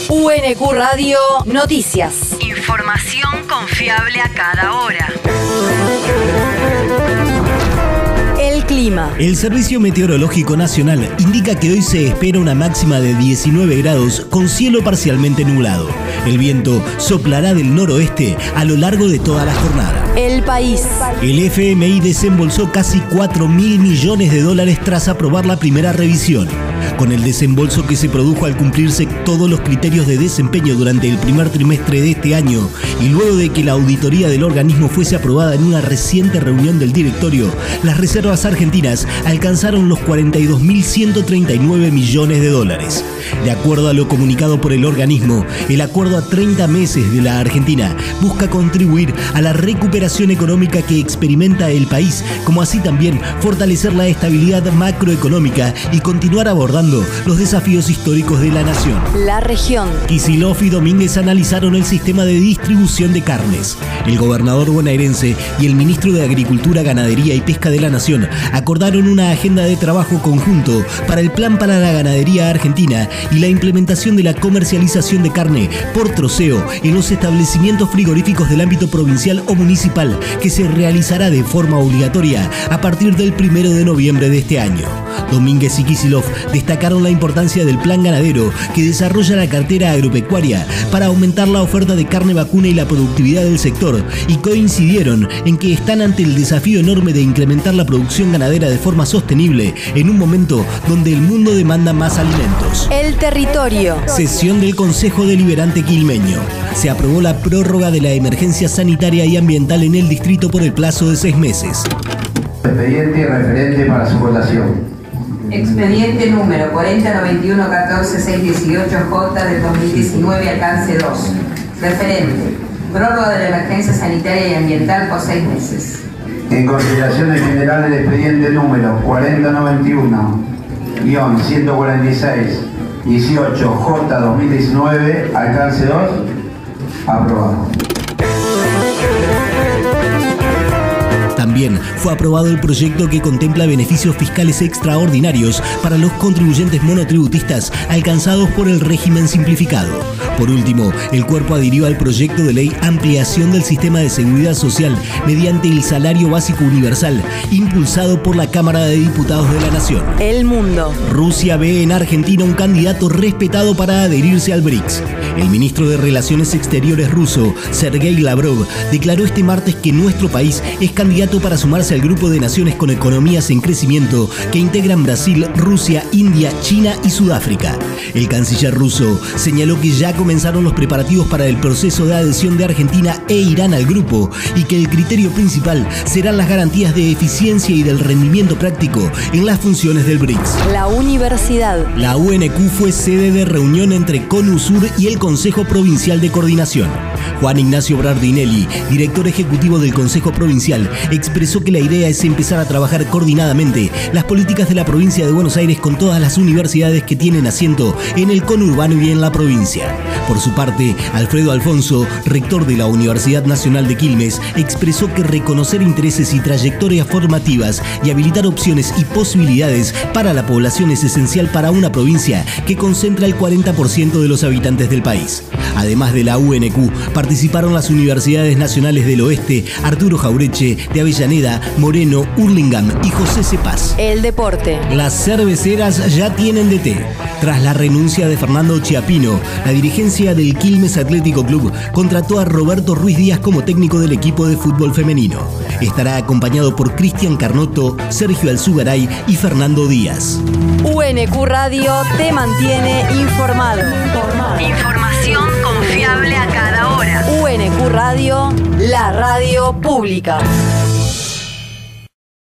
UNQ Radio Noticias. Información confiable a cada hora. El clima. El Servicio Meteorológico Nacional indica que hoy se espera una máxima de 19 grados con cielo parcialmente nublado. El viento soplará del noroeste a lo largo de toda la jornada. El país. El FMI desembolsó casi 4.000 millones de dólares tras aprobar la primera revisión. Con el desembolso que se produjo al cumplirse todos los criterios de desempeño durante el primer trimestre de este año y luego de que la auditoría del organismo fuese aprobada en una reciente reunión del directorio, las reservas argentinas alcanzaron los 42.139 millones de dólares. De acuerdo a lo comunicado por el organismo, el acuerdo a 30 meses de la Argentina busca contribuir a la recuperación económica que experimenta el país, como así también fortalecer la estabilidad macroeconómica y continuar abordando los desafíos históricos de la nación. La región. Kicillof y Domínguez analizaron el sistema de distribución de carnes. El gobernador bonaerense y el ministro de Agricultura, Ganadería y Pesca de la Nación acordaron una agenda de trabajo conjunto para el Plan para la Ganadería Argentina y la implementación de la comercialización de carne por troceo en los establecimientos frigoríficos del ámbito provincial o municipal, que se realizará de forma obligatoria a partir del 1 de noviembre de este año. Domínguez y Kicillof destacaron la importancia del plan ganadero que desarrolla la cartera agropecuaria para aumentar la oferta de carne vacuna y la productividad del sector, y coincidieron en que están ante el desafío enorme de incrementar la producción ganadera de forma sostenible en un momento donde el mundo demanda más alimentos. El territorio. Sesión del Consejo Deliberante quilmeño. Se aprobó la prórroga de la emergencia sanitaria y ambiental en el distrito por el plazo de 6 meses. Expediente referente para su votación. Expediente número 4091-14-618J del 2019, alcance 2. Referente. Prórroga de la emergencia sanitaria y ambiental por 6 meses. En consideración en general del expediente número 4091-146-18J 2019, alcance 2, aprobado. También fue aprobado el proyecto que contempla beneficios fiscales extraordinarios para los contribuyentes monotributistas alcanzados por el régimen simplificado. Por último, el cuerpo adhirió al proyecto de ley Ampliación del Sistema de Seguridad Social mediante el Salario Básico Universal, impulsado por la Cámara de Diputados de la Nación. El mundo. Rusia ve en Argentina un candidato respetado para adherirse al BRICS. El ministro de Relaciones Exteriores ruso, Sergei Lavrov, declaró este martes que nuestro país es candidato para sumarse al grupo de naciones con economías en crecimiento que integran Brasil, Rusia, India, China y Sudáfrica. El canciller ruso señaló que ya comenzaron los preparativos para el proceso de adhesión de Argentina e Irán al grupo y que el criterio principal serán las garantías de eficiencia y del rendimiento práctico en las funciones del BRICS. La universidad. La UNQ fue sede de reunión entre CONUSUR y el Consejo Provincial de Coordinación. Juan Ignacio Brardinelli, director ejecutivo del Consejo Provincial, expresó que la idea es empezar a trabajar coordinadamente las políticas de la provincia de Buenos Aires con todas las universidades que tienen asiento en el conurbano y en la provincia. Por su parte, Alfredo Alfonso, rector de la Universidad Nacional de Quilmes, expresó que reconocer intereses y trayectorias formativas y habilitar opciones y posibilidades para la población es esencial para una provincia que concentra el 40% de los habitantes del país. Además de la UNQ, participaron las Universidades Nacionales del Oeste, Arturo Jaureche, de Avellaneda, Moreno, Hurlingham y José Cepaz. El deporte. Las cerveceras ya tienen DT. Tras la renuncia de Fernando Chiapino, la dirigencia del Quilmes Atlético Club contrató a Roberto Ruiz Díaz como técnico del equipo de fútbol femenino. Estará acompañado por Cristian Carnotto, Sergio Alzugaray y Fernando Díaz. UNQ Radio te mantiene informado. Información confiable a cada hora. UNQ Radio, la radio pública.